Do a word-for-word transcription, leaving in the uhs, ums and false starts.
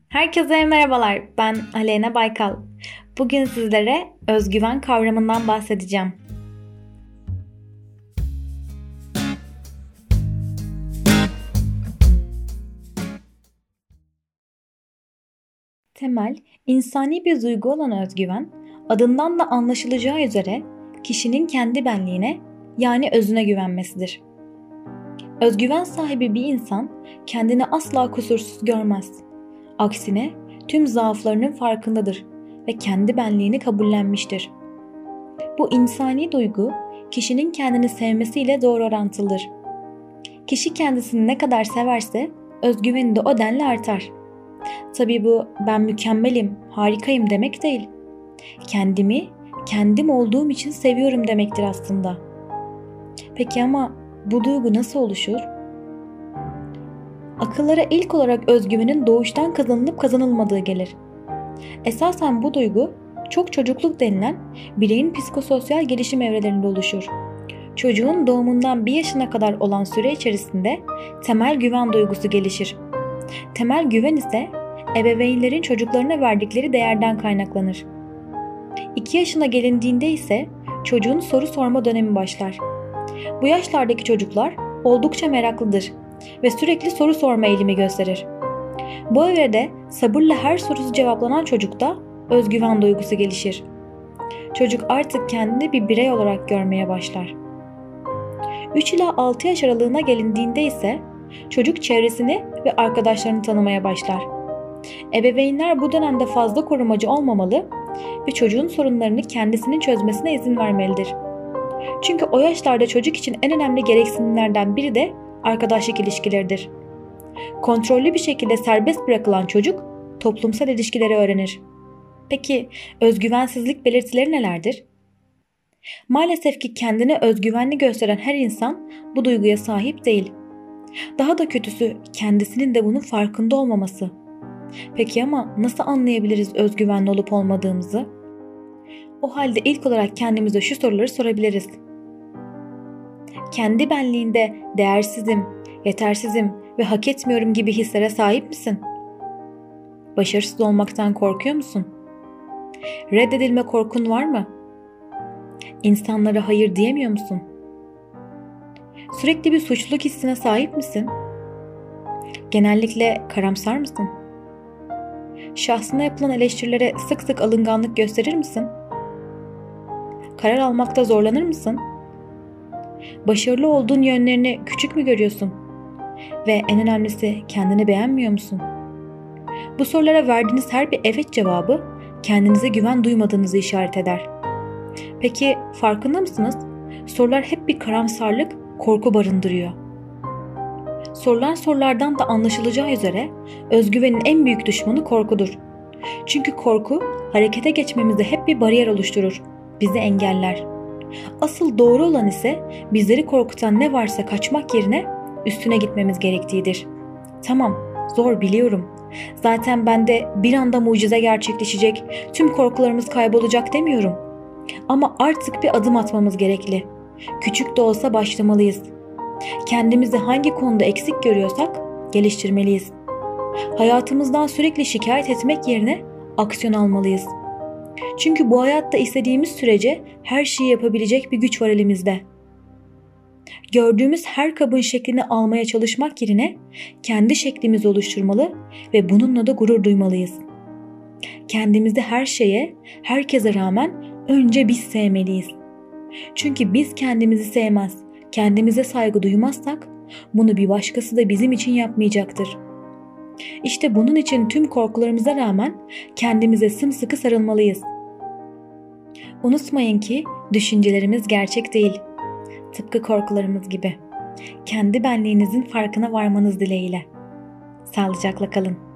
Herkese merhabalar, ben Aleyna Baykal. Bugün sizlere özgüven kavramından bahsedeceğim. Temel, insani bir duygu olan özgüven, adından da anlaşılacağı üzere kişinin kendi benliğine, yani özüne güvenmesidir. Özgüven sahibi bir insan kendini asla kusursuz görmez. Aksine tüm zaaflarının farkındadır ve kendi benliğini kabullenmiştir. Bu insani duygu kişinin kendini sevmesiyle doğru orantılıdır. Kişi kendisini ne kadar severse özgüveni de o denli artar. Tabii bu ben mükemmelim, harikayım demek değil. Kendimi kendim olduğum için seviyorum demektir aslında. Peki ama bu duygu nasıl oluşur? Akıllara ilk olarak özgüvenin doğuştan kazanılıp kazanılmadığı gelir. Esasen bu duygu çok çocukluk denilen bireyin psikososyal gelişim evrelerinde oluşur. Çocuğun doğumundan bir yaşına kadar olan süre içerisinde temel güven duygusu gelişir. Temel güven ise ebeveynlerin çocuklarına verdikleri değerden kaynaklanır. iki yaşına gelindiğinde ise çocuğun soru sorma dönemi başlar. Bu yaşlardaki çocuklar oldukça meraklıdır ve sürekli soru sorma eğilimi gösterir. Bu evrede sabırla her sorusu cevaplanan çocukta özgüven duygusu gelişir. Çocuk artık kendini bir birey olarak görmeye başlar. üç ila altı yaş aralığına gelindiğinde ise çocuk çevresini ve arkadaşlarını tanımaya başlar. Ebeveynler bu dönemde fazla korumacı olmamalı ve çocuğun sorunlarını kendisinin çözmesine izin vermelidir. Çünkü o yaşlarda çocuk için en önemli gereksinimlerden biri de arkadaşlık ilişkileridir. Kontrollü bir şekilde serbest bırakılan çocuk toplumsal ilişkileri öğrenir. Peki özgüvensizlik belirtileri nelerdir? Maalesef ki kendine özgüvenli gösteren her insan bu duyguya sahip değil. Daha da kötüsü kendisinin de bunun farkında olmaması. Peki ama nasıl anlayabiliriz özgüvenli olup olmadığımızı? O halde ilk olarak kendimize şu soruları sorabiliriz. Kendi benliğinde değersizim, yetersizim ve hak etmiyorum gibi hislere sahip misin? Başarısız olmaktan korkuyor musun? Reddedilme korkun var mı? İnsanlara hayır diyemiyor musun? Sürekli bir suçluluk hissine sahip misin? Genellikle karamsar mısın? Şahsına yapılan eleştirilere sık sık alınganlık gösterir misin? Karar almakta zorlanır mısın? Başarılı olduğun yönlerini küçük mü görüyorsun? Ve en önemlisi kendini beğenmiyor musun? Bu sorulara verdiğiniz her bir evet cevabı kendinize güven duymadığınızı işaret eder. Peki farkında mısınız? Sorular hep bir karamsarlık, korku barındırıyor. Sorulan sorulardan da anlaşılacağı üzere özgüvenin en büyük düşmanı korkudur. Çünkü korku harekete geçmemizde hep bir bariyer oluşturur, bizi engeller. Asıl doğru olan ise bizleri korkutan ne varsa kaçmak yerine üstüne gitmemiz gerektiğidir. Tamam, zor biliyorum. Zaten ben de bir anda mucize gerçekleşecek, tüm korkularımız kaybolacak demiyorum. Ama artık bir adım atmamız gerekli. Küçük de olsa başlamalıyız. Kendimizi hangi konuda eksik görüyorsak geliştirmeliyiz. Hayatımızdan sürekli şikayet etmek yerine aksiyon almalıyız. Çünkü bu hayatta istediğimiz sürece her şeyi yapabilecek bir güç var elimizde. Gördüğümüz her kabın şeklini almaya çalışmak yerine kendi şeklimizi oluşturmalı ve bununla da gurur duymalıyız. Kendimizi her şeye, herkese rağmen önce biz sevmeliyiz. Çünkü biz kendimizi sevmez, kendimize saygı duymazsak bunu bir başkası da bizim için yapmayacaktır. İşte bunun için tüm korkularımıza rağmen kendimize sımsıkı sarılmalıyız. Unutmayın ki düşüncelerimiz gerçek değil. Tıpkı korkularımız gibi. Kendi benliğinizin farkına varmanız dileğiyle. Sağlıcakla kalın.